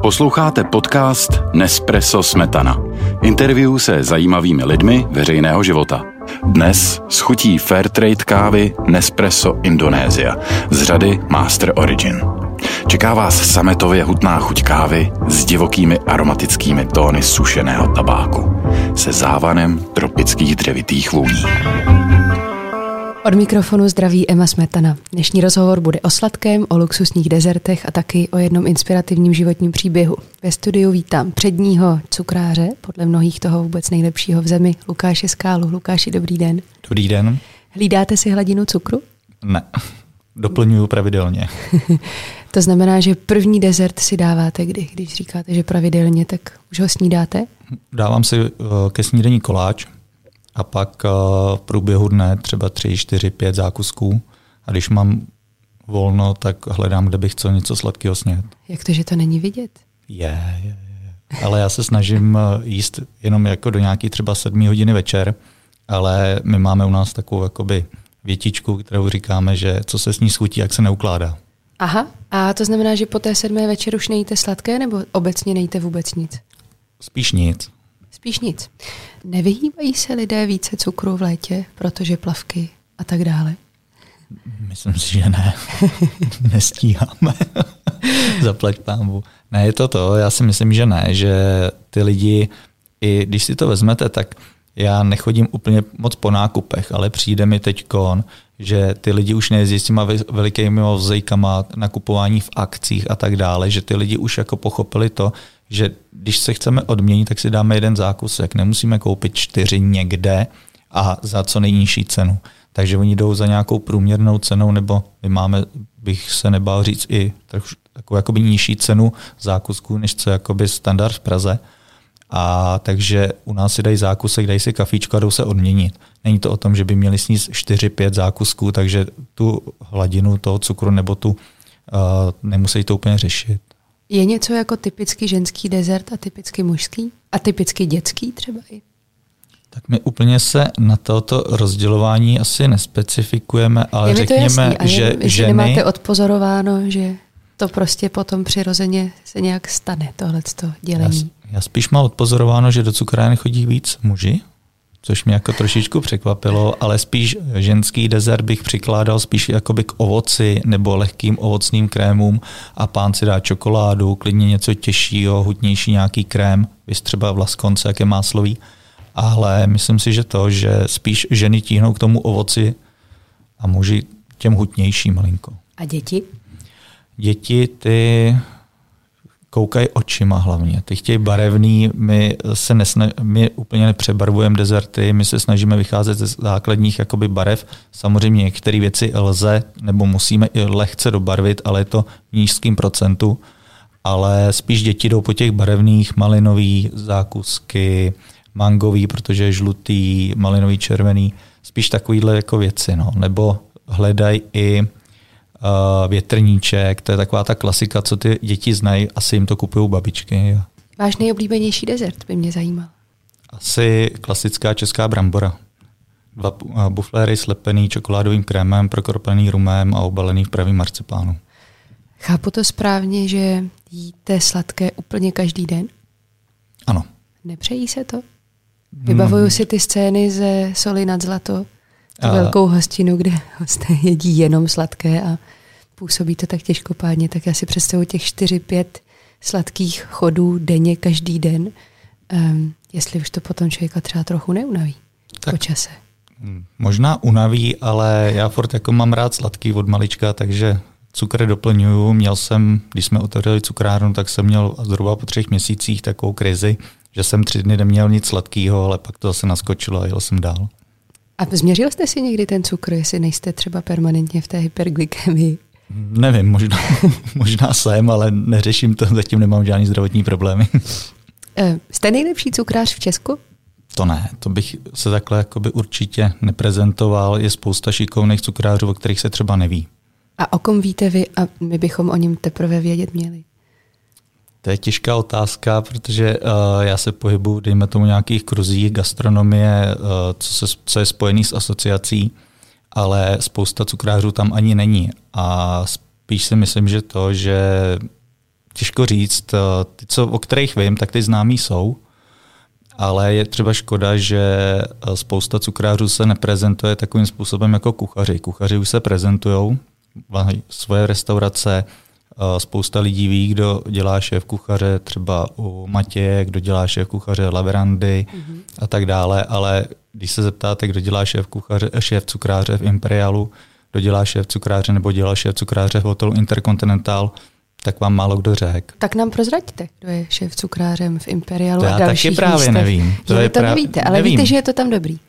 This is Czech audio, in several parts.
Posloucháte podcast Nespresso Smetana. Interview se zajímavými lidmi veřejného života. Dnes s chutí Fairtrade kávy Nespresso Indonésia z řady Master Origin. Čeká vás sametově hutná chuť kávy s divokými aromatickými tóny sušeného tabáku se závanem tropických dřevitých vůní. Od mikrofonu zdraví Emma Smetana. Dnešní rozhovor bude o sladkém, o luxusních dezertech a taky o jednom inspirativním životním příběhu. Ve studiu vítám předního cukráře, podle mnohých toho vůbec nejlepšího v zemi, Lukáše Skálu. Lukáši, dobrý den. Dobrý den. Hlídáte si hladinu cukru? Ne, doplňuji pravidelně. To znamená, že první dezert si dáváte kdy? Když říkáte, že pravidelně, tak už ho snídáte? Dávám si ke snídani koláč a pak v průběhu dne třeba 3, 4, 5 zákusků. A když mám volno, tak hledám, kde bych chtěl něco sladkého snět. Jak to, že to není vidět? Je. Ale já se snažím jíst jenom jako do nějaký třeba 7 hodiny večer, ale my máme u nás takovou jakoby větičku, kterou říkáme, že co se s ní schutí, jak se neukládá. Aha, a to znamená, že po té 7. večer už nejíte sladké, nebo obecně nejíte vůbec nic? Spíš nic. Spíš nic. Nevyhýbají se lidé více cukru v létě, protože plavky a tak dále? Myslím si, že ne. Nestíháme. Zaplať pánbu. Ne, je to. Já si myslím, že ne, že ty lidi, i když si to vezmete, tak já nechodím úplně moc po nákupech, ale přijde mi teďkon, že ty lidi už nejezdí s těma velikými vozejkama, nakupování v akcích a tak dále, že ty lidi už jako pochopili to, že když se chceme odměnit, tak si dáme jeden zákusek. Nemusíme koupit 4 někde a za co nejnižší cenu. Takže oni jdou za nějakou průměrnou cenou, nebo my máme, bych se nebál říct, i takovou jakoby nižší cenu zákusků, než co jakoby standard v Praze. A takže u nás si dají zákusek, dají si kafíčko a jdou se odměnit. Není to o tom, že by měli sníst 4-5 zákusků, takže tu hladinu toho cukru nebo tu nemusí to úplně řešit. Je něco jako typicky ženský dezert a typicky mužský? A typicky dětský třeba i? Tak my úplně se na toto rozdělování asi nespecifikujeme, ale řekněme, že ženy... nemáte odpozorováno, že to prostě potom přirozeně se nějak stane, tohleto dělení. Já spíš mám odpozorováno, že do cukráren chodí víc muži, což mě jako trošičku překvapilo, ale spíš ženský dezert bych přikládal spíš jakoby k ovoci nebo lehkým ovocným krémům a pán si dá čokoládu, klidně něco těžšího, hutnější nějaký krém, víš třeba Vlaskonce, jak je máslový. Ale myslím si, že spíš ženy tíhnou k tomu ovoci a muži těm hutnější malinko. A děti? Děti ty koukají očima hlavně. Ty chtějí barevný, my úplně nepřebarvujeme dezerty, my se snažíme vycházet ze základních jakoby barev. Samozřejmě některé věci lze nebo musíme i lehce dobarvit, ale je to v nízkém procentu. Ale spíš děti jdou po těch barevných, malinový zákusky, mangový, protože je žlutý, malinový, červený, spíš takovýhle jako věci. No. Nebo hledají i větrníček, to je taková ta klasika, co ty děti znají, asi jim to kupují babičky. Váš nejoblíbenější dezert by mě zajímal? Asi klasická česká brambora. 2 bufléry slepený čokoládovým krémem, prokropený rumem a obalený v pravým marcipánu. Chápu to správně, že jíte sladké úplně každý den? Ano. Nepřejí se to? Vybavuju si ty scény ze Soli nad zlato, tu velkou hostinu, kde hosté jedí jenom sladké a působí to tak těžkopádně, tak já si představuji těch 4-5 sladkých chodů denně, každý den, jestli už to potom člověka třeba trochu neunaví po čase. Možná unaví, ale já furt jako mám rád sladký od malička, takže cukr doplňuju. Měl jsem, když jsme otevřeli cukrárnu, tak jsem měl zhruba po 3 měsících takovou krizi, že jsem 3 dny neměl nic sladkého, ale pak to zase naskočilo a jel jsem dál. A změřil jste si někdy ten cukr, jestli nejste třeba permanentně v té hyperglykemii? Nevím, možná jsem, ale neřeším to, zatím nemám žádný zdravotní problémy. Jste nejlepší cukrář v Česku? To ne, to bych se takhle jakoby určitě neprezentoval. Je spousta šikovných cukrářů, o kterých se třeba neví. A o kom víte vy a my bychom o něm teprve vědět měli? To je těžká otázka, protože já se pohybuji, dejme tomu, nějakých kruzích gastronomie, co je spojený s asociací, ale spousta cukrářů tam ani není. A spíš si myslím, že těžko říct. Ty, o kterých vím, tak ty známí jsou, ale je třeba škoda, že spousta cukrářů se neprezentuje takovým způsobem jako kuchaři. Kuchaři už se prezentujou, mají svoje restaurace, spousta lidí ví, kdo dělá šéf kuchaře třeba u Matěje, kdo dělá šéf kuchaře Laverandy a tak dále, ale když se zeptáte, kdo dělá šéf cukráře v Imperialu, kdo dělá šéf cukráře nebo dělá šéf cukráře v hotelu Intercontinental, tak vám málo kdo řekl. Tak nám prozraďte, kdo je šéf cukrářem v Imperialu a dalších taky právě místech. Nevím. To nevíte, ale nevím. Víte, že je to tam dobrý.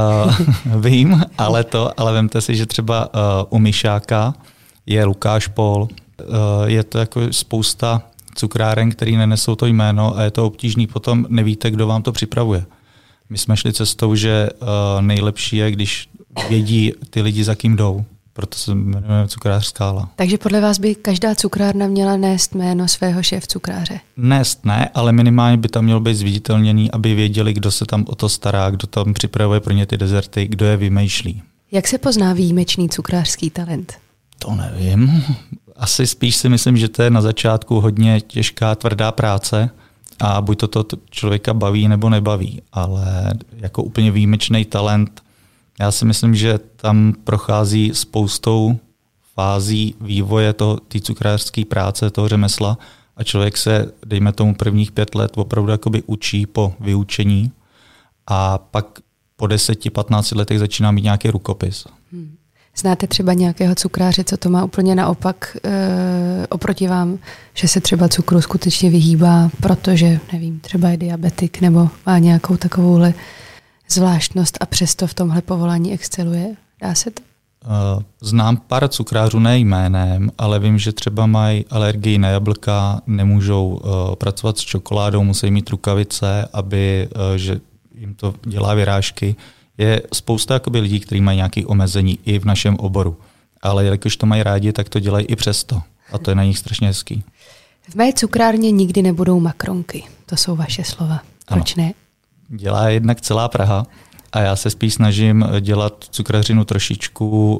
Vím, ale vemte si, že třeba u Mišáka je Lukáš Pol, je to jako spousta cukráren, který nenesou to jméno a je to obtížný, potom nevíte, kdo vám to připravuje. My jsme šli cestou, že nejlepší je, když vědí ty lidi, za kým jdou. Proto se jmenuje Cukrář Skála. Takže podle vás by každá cukrárna měla nést jméno svého šéf cukráře? Nést ne, ale minimálně by tam mělo být zviditelněný, aby věděli, kdo se tam o to stará, kdo tam připravuje pro ně ty dezerty, kdo je vymýšlí. Jak se pozná výjimečný cukrářský talent? To nevím. Asi spíš si myslím, že to je na začátku hodně těžká, tvrdá práce a buď to člověka baví nebo nebaví, ale jako úplně výjimečný talent, já si myslím, že tam prochází spoustou fází vývoje té cukrářské práce, toho řemesla a člověk se, dejme tomu prvních 5 let, opravdu jakoby učí po vyučení a pak po 10-15 letech začíná mít nějaký rukopis. Znáte třeba nějakého cukráře, co to má úplně naopak oproti vám, že se třeba cukru skutečně vyhýbá, protože, nevím, třeba je diabetik nebo má nějakou takovouhle zvláštnost a přesto v tomhle povolání exceluje? Dá se to? Znám pár cukrářů ne jménem, ale vím, že třeba mají alergii na jablka, nemůžou pracovat s čokoládou, musí mít rukavice, že jim to dělá vyrážky. Je spousta jakoby lidí, kteří mají nějaké omezení i v našem oboru. Ale jelikož to mají rádi, tak to dělají i přesto. A to je na nich strašně hezký. V mé cukrárně nikdy nebudou makronky. To jsou vaše slova. Proč ne? Dělá jednak celá Praha a já se spíš snažím dělat cukrařinu trošičku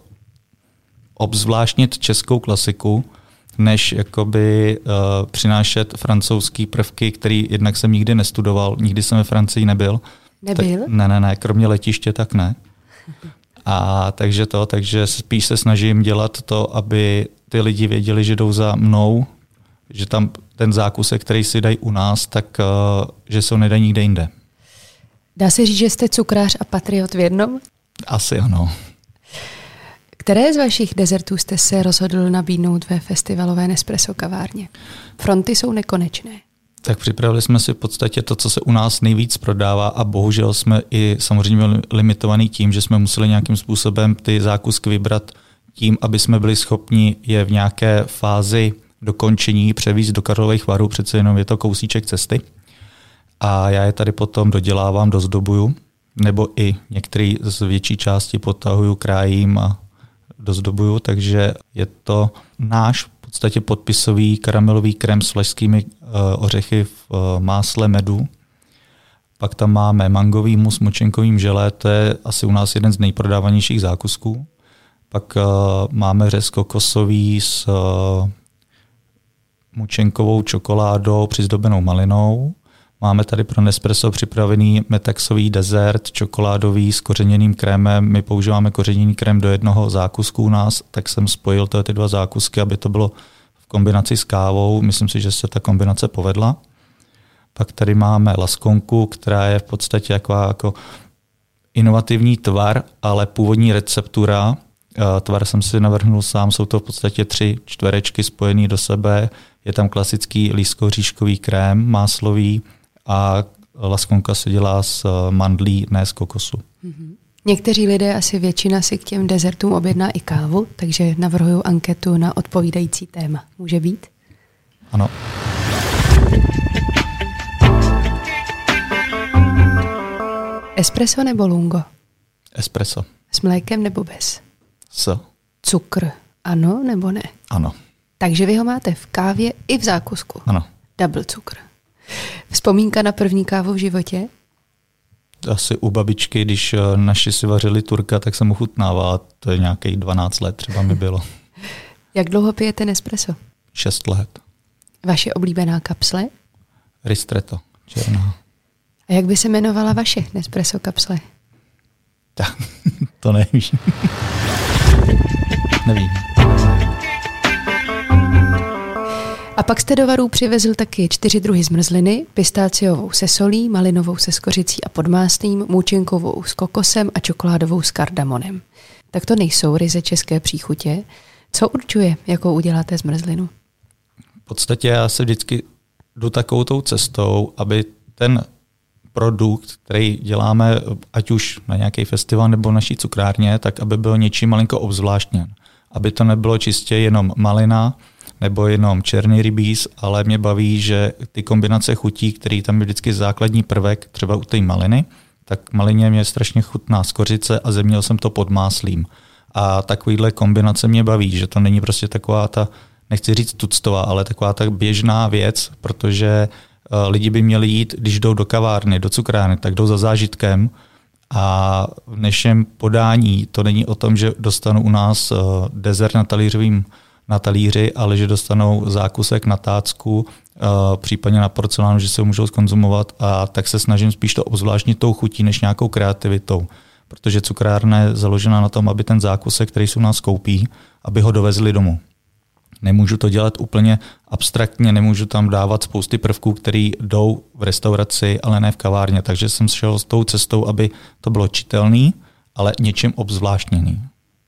obzvláštnit českou klasiku, než jakoby přinášet francouzský prvky, který jednak jsem nikdy nestudoval, nikdy jsem ve Francii nebyl. Nebyl? Ne, kromě letiště tak ne. A takže spíš se snažím dělat to, aby ty lidi věděli, že jdou za mnou, že tam ten zákusek, který si dají u nás, tak že se ho nedají nikde jinde. Dá se říct, že jste cukrář a patriot v jednom? Asi ano. Které z vašich dezertů jste se rozhodl nabídnout ve festivalové Nespresso kavárně? Fronty jsou nekonečné. Tak připravili jsme si v podstatě to, co se u nás nejvíc prodává a bohužel jsme i samozřejmě limitovaný tím, že jsme museli nějakým způsobem ty zákusky vybrat tím, aby jsme byli schopni je v nějaké fázi dokončení převízt do Karlových Varů, přece jenom je to kousíček cesty. A já je tady potom dodělávám, dozdobuju, nebo i některý z větší části potahuju, krájím a dozdobuju, takže je to náš v podstatě podpisový karamelový krém s vlašskými ořechy v másle medu. Pak tam máme mangový mus s močenkovým želé, to je asi u nás jeden z nejprodávanějších zákusků. Pak máme řez kokosový s močenkovou čokoládou přizdobenou malinou. Máme tady pro Nespresso připravený metaxový dezert čokoládový s kořeněným krémem. My používáme kořeněný krém do jednoho zákusku u nás, tak jsem spojil ty 2 zákusky, aby to bylo v kombinaci s kávou. Myslím si, že se ta kombinace povedla. Pak tady máme laskonku, která je v podstatě jako inovativní tvar, ale původní receptura. Tvar jsem si navrhnul sám, jsou to v podstatě 3 čtverečky spojené do sebe. Je tam klasický lískoříškový krém, máslový a laskonka se dělá z mandlí, ne z kokosu. Někteří lidé, asi většina, si k těm dezertům objedná i kávu, takže navrhuju anketu na odpovídající téma. Může být? Ano. Espresso nebo lungo? Espresso. S mlékem nebo bez? S. Cukr. Ano nebo ne? Ano. Takže vy ho máte v kávě i v zákusku. Ano. Double cukr. Vzpomínka na první kávu v životě? Asi u babičky, když naši si vařili Turka, tak jsem ochutnával. To je nějakých 12 let třeba mi bylo. Jak dlouho pijete Nespresso? 6 let. Vaše oblíbená kapsle? Ristretto, černá. A jak by se jmenovala vaše Nespresso kapsle? To nevím. Nevím. A pak jste do varů přivezl taky 4 druhy zmrzliny, pistáciovou se solí, malinovou se skořicí a podmáslím, můčinkovou s kokosem a čokoládovou s kardamonem. Tak to nejsou ryze české příchutě. Co určuje, jakou uděláte zmrzlinu? V podstatě já se vždycky jdu takovou tou cestou, aby ten produkt, který děláme, ať už na nějaký festival nebo naší cukrárně, tak aby byl něčím malinko obzvláštněn. Aby to nebylo čistě jenom malina nebo jenom černý rybíz, ale mě baví, že ty kombinace chutí, který tam je vždycky základní prvek, třeba u té maliny, tak malině mě strašně chutná skořice a zeměl jsem to pod máslím. A takovýhle kombinace mě baví, že to není prostě taková ta, nechci říct tuctová, ale taková ta běžná věc, protože lidi by měli jít, když jdou do kavárny, do cukrárny, tak jdou za zážitkem a v dnešním podání to není o tom, že dostanou u nás dezert na talíři, ale že dostanou zákusek na tácku, případně na porcelánu, že se ho můžou zkonzumovat a tak se snažím spíš to obzvláštnit tou chutí než nějakou kreativitou. Protože cukrárna je založena na tom, aby ten zákusek, který se u nás koupí, aby ho dovezli domů. Nemůžu to dělat úplně abstraktně, nemůžu tam dávat spousty prvků, které jdou v restauraci, ale ne v kavárně. Takže jsem šel s tou cestou, aby to bylo čitelný, ale něčím obzvláštněný.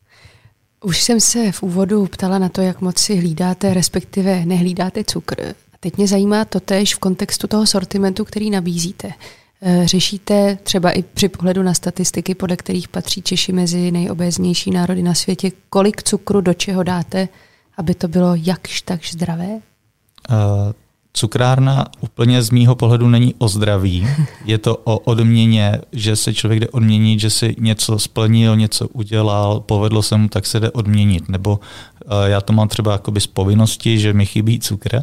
Už jsem se v úvodu ptala na to, jak moc si hlídáte, respektive nehlídáte cukr. A teď mě zajímá totéž v kontextu toho sortimentu, který nabízíte. Řešíte třeba i při pohledu na statistiky, podle kterých patří Češi mezi nejobéznější národy na světě, kolik cukru do čeho dáte, aby to bylo jakž takž zdravé? Cukrárna úplně z mýho pohledu není o zdraví. Je to o odměně, že se člověk jde odměnit, že si něco splnil, něco udělal, povedlo se mu, tak se jde odměnit. Nebo já to mám třeba jakoby z povinnosti, že mi chybí cukr,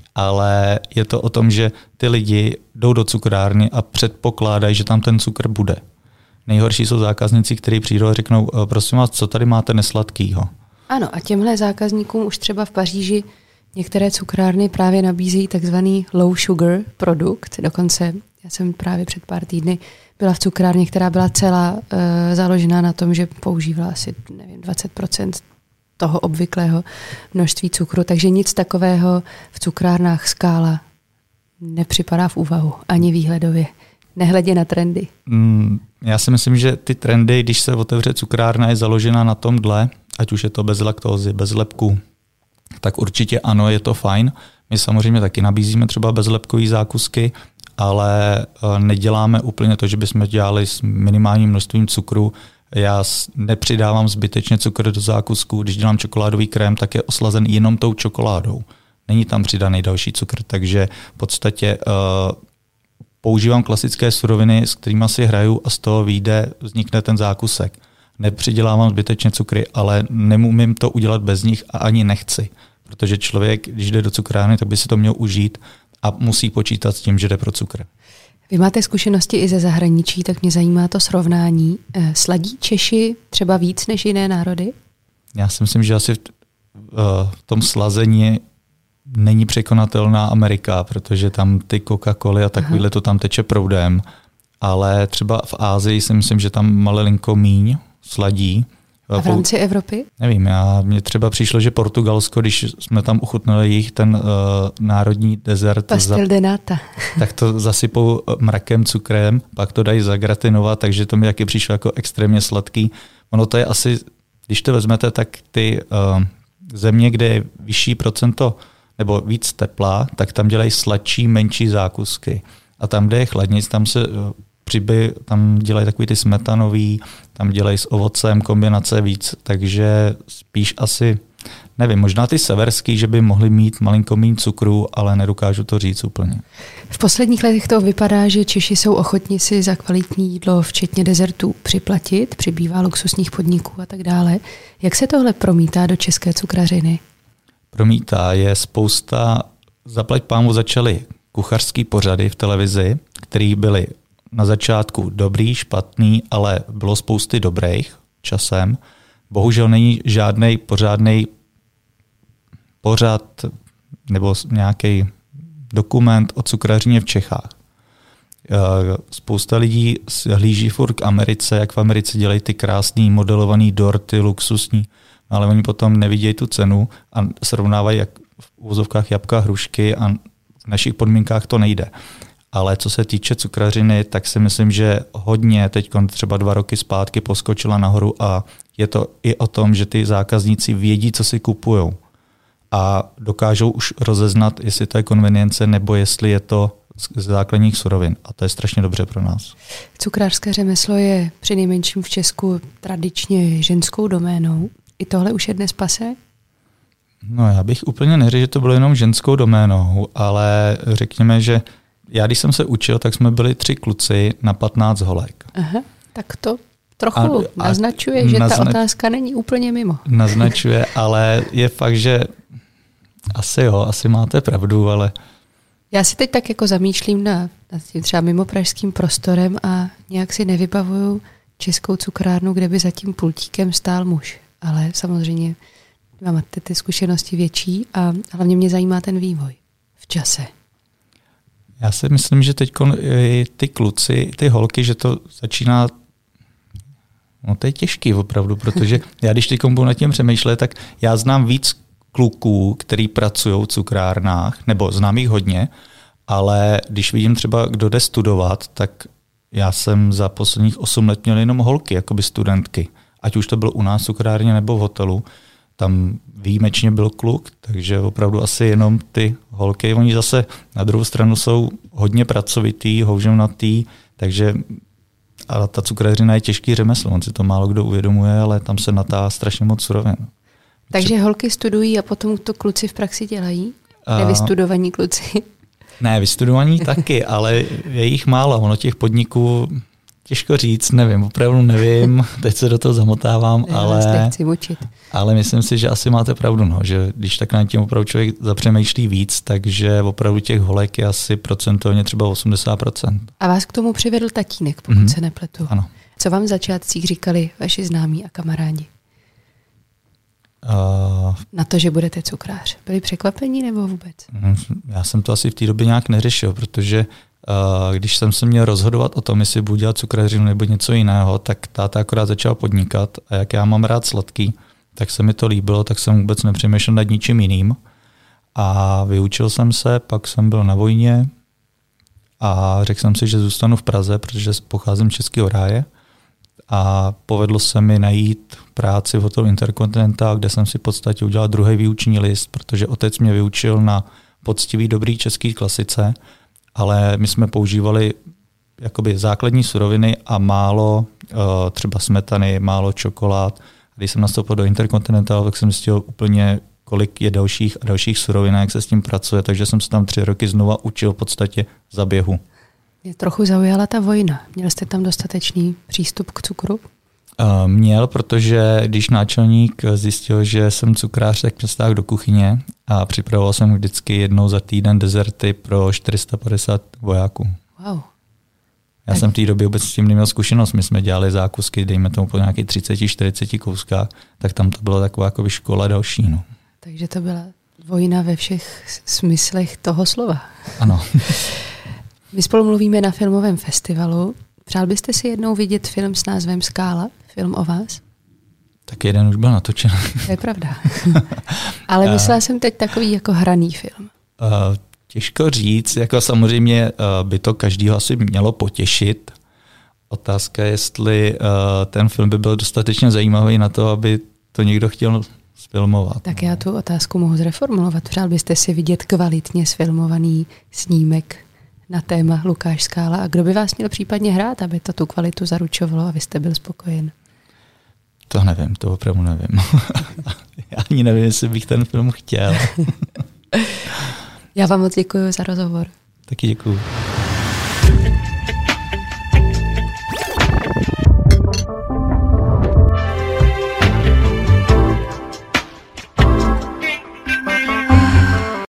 ale je to o tom, že ty lidi jdou do cukrárny a předpokládají, že tam ten cukr bude. Nejhorší jsou zákazníci, kteří přijdou a řeknou, prosím vás, co tady máte nesladkýho? Ano, a těmhle zákazníkům už třeba v Paříži některé cukrárny právě nabízejí takzvaný low sugar produkt. Dokonce já jsem právě před pár týdny byla v cukrárně, která byla celá založená na tom, že používala asi 20% toho obvyklého množství cukru. Takže nic takového v cukrárnách Skála nepřipadá v úvahu, ani výhledově. Nehledě na trendy. Já si myslím, že ty trendy, když se otevře cukrárna, je založena na tomhle, ať už je to bez laktózy, bez lepku, tak určitě ano, je to fajn. My samozřejmě taky nabízíme třeba bezlepkové zákusky, ale neděláme úplně to, že bychom dělali s minimálním množstvím cukru. Já nepřidávám zbytečně cukr do zákusku. Když dělám čokoládový krém, tak je oslazen jenom tou čokoládou. Není tam přidaný další cukr, takže v podstatě používám klasické suroviny, s kterými si hraju a z toho vznikne ten zákusek. Nepřidělávám zbytečně cukry, ale nemůžu to udělat bez nich a ani nechci. Protože člověk, když jde do cukrárny, tak by si to měl užít a musí počítat s tím, že jde pro cukr. Vy máte zkušenosti i ze zahraničí, tak mě zajímá to srovnání. Sladí Češi třeba víc než jiné národy? Já si myslím, že asi v tom slazení není překonatelná Amerika, protože tam ty Coca-Coly a takovýhle to tam teče proudem. Ale třeba v Ázii si myslím, že tam malinko míň sladí. A v rámci Evropy? Nevím, mně třeba přišlo, že Portugalsko, když jsme tam ochutnali jejich ten národní dezert, pastel de nata, tak to zasypou mrakem, cukrem, pak to dají zagratinovat, takže to mi taky přišlo jako extrémně sladký. Ono to je asi, když to vezmete, tak ty země, kde je vyšší procento nebo víc tepla, tak tam dělají sladší, menší zákusky. A tam, kde je chladnic, tam dělají takový ty smetanový, tam dělají s ovocem kombinace víc, takže spíš asi, nevím, možná ty severský, že by mohli mít malinko méně cukru, ale nedokážu to říct úplně. V posledních letech to vypadá, že Češi jsou ochotni si za kvalitní jídlo, včetně dezertů, připlatit, přibývá luxusních podniků a tak dále. Jak se tohle promítá do české cukrařiny? Promítá je spousta, zaplať pámu začaly kuchařský pořady v televizi, které byly na začátku dobrý, špatný, ale bylo spousty dobrých časem. Bohužel není žádný pořádný pořad nebo nějaký dokument o cukrařině v Čechách. Spousta lidí hlíží furt k Americe, jak v Americe dělají ty krásný modelovaný dorty, luxusní, ale oni potom nevidějí tu cenu a srovnávají jak v uvozovkách jabka, hrušky a v našich podmínkách to nejde. Ale co se týče cukrařiny, tak si myslím, že hodně teď třeba 2 roky zpátky poskočila nahoru a je to i o tom, že ty zákazníci vědí, co si kupujou a dokážou už rozeznat, jestli to je konvenience nebo jestli je to z základních surovin. A to je strašně dobře pro nás. Cukrářské řemeslo je přinejmenším v Česku tradičně ženskou doménou. I tohle už je dnes pasé? No já bych úplně neřekl, že to bylo jenom ženskou doménou, ale řekněme, že já když jsem se učil, tak jsme byli 3 kluci na 15 holek. Aha, tak to trochu naznačuje, že ta otázka není úplně mimo. Naznačuje, ale je fakt, že asi máte pravdu, ale... Já si teď tak jako zamýšlím nad tím třeba mimo pražským prostorem a nějak si nevybavuju českou cukrárnu, kde by za tím pultíkem stál muž. Ale samozřejmě máte ty zkušenosti větší a hlavně mě zajímá ten vývoj v čase. Já si myslím, že teď ty kluci, ty holky, že to začíná, no to je těžký opravdu, protože já když teď budu nad tím přemýšlet, tak já znám víc kluků, který pracují v cukrárnách, nebo znám jich hodně, ale když vidím třeba, kdo jde studovat, tak já jsem za posledních 8 let měl jenom holky, jakoby studentky. Ať už to bylo u nás v cukrárně nebo v hotelu, tam výjimečně byl kluk, takže opravdu asi jenom ty holky. Oni zase na druhou stranu jsou hodně pracovitý, houževnatý, takže a ta cukrařina je těžký řemeslo, on si to málo kdo uvědomuje, ale tam se natá strašně moc surovin. Takže holky studují a potom to kluci v praxi dělají? Nevystudovaní kluci? Ne, vystudovaní taky, ale je jich málo. Ono těch podniků těžko říct, nevím, opravdu nevím, teď se do toho zamotávám, ale myslím si, že asi máte pravdu, no, že když tak na tím opravdu člověk zapřemýšlí víc, takže opravdu těch holek je asi procentuálně třeba 80%. A vás k tomu přivedl tatínek, pokud se nepletu. Ano. Co vám v začátcích říkali vaši známí a kamarádi? Na to, že budete cukrář. Byli překvapení nebo vůbec? Já jsem to asi v té době nějak neřešil, protože když jsem se měl rozhodovat o tom, jestli budu dělat cukrařinu nebo něco jiného, tak táta akorát začal podnikat a jak já mám rád sladký, tak se mi to líbilo, tak jsem vůbec nepřemýšlel nad ničím jiným. A vyučil jsem se, pak jsem byl na vojně a řekl jsem si, že zůstanu v Praze, protože pocházím z Českého ráje. A povedlo se mi najít práci v hotelu Intercontinental, kde jsem si v podstatě udělal druhý výuční list, protože otec mě vyučil na poctivý dobrý český klasice, ale my jsme používali jakoby základní suroviny a málo třeba smetany, málo čokolád. Když jsem nastoupil do Intercontinental, tak jsem zjistil úplně, kolik je dalších surovin, jak se s tím pracuje, takže jsem se tam 3 roky znova učil v podstatě za běhu. Mě trochu zaujala ta vojna. Měl jste tam dostatečný přístup k cukru? Měl, protože když náčelník zjistil, že jsem cukrář, tak mě stáhl do kuchyně a připravoval jsem vždycky jednou za týden dezerty pro 450 vojáků. Wow. Já jsem v té době vůbec s tím neměl zkušenost. My jsme dělali zákusky, dejme tomu po nějakých 30-40 kouskách, tak tam to byla taková jako škola další. No. Takže to byla vojna ve všech smyslech toho slova. Ano. My spolu mluvíme na filmovém festivalu. Přál byste si jednou vidět film s názvem Skála? Film o vás? Tak jeden už byl natočen. To je pravda. Ale myslela jsem teď takový jako hraný film. Těžko říct, jako samozřejmě by to každýho asi mělo potěšit. Otázka je, jestli ten film by byl dostatečně zajímavý na to, aby to někdo chtěl sfilmovat. Tak já tu otázku mohu zreformulovat. Přál byste si vidět kvalitně sfilmovaný snímek na téma Lukáš Skála a kdo by vás měl případně hrát, aby to tu kvalitu zaručovalo a vy jste byl spokojen? To nevím, to opravdu nevím. Já ani nevím, jestli bych ten film chtěl. Já vám moc děkuji za rozhovor. Taky děkuji.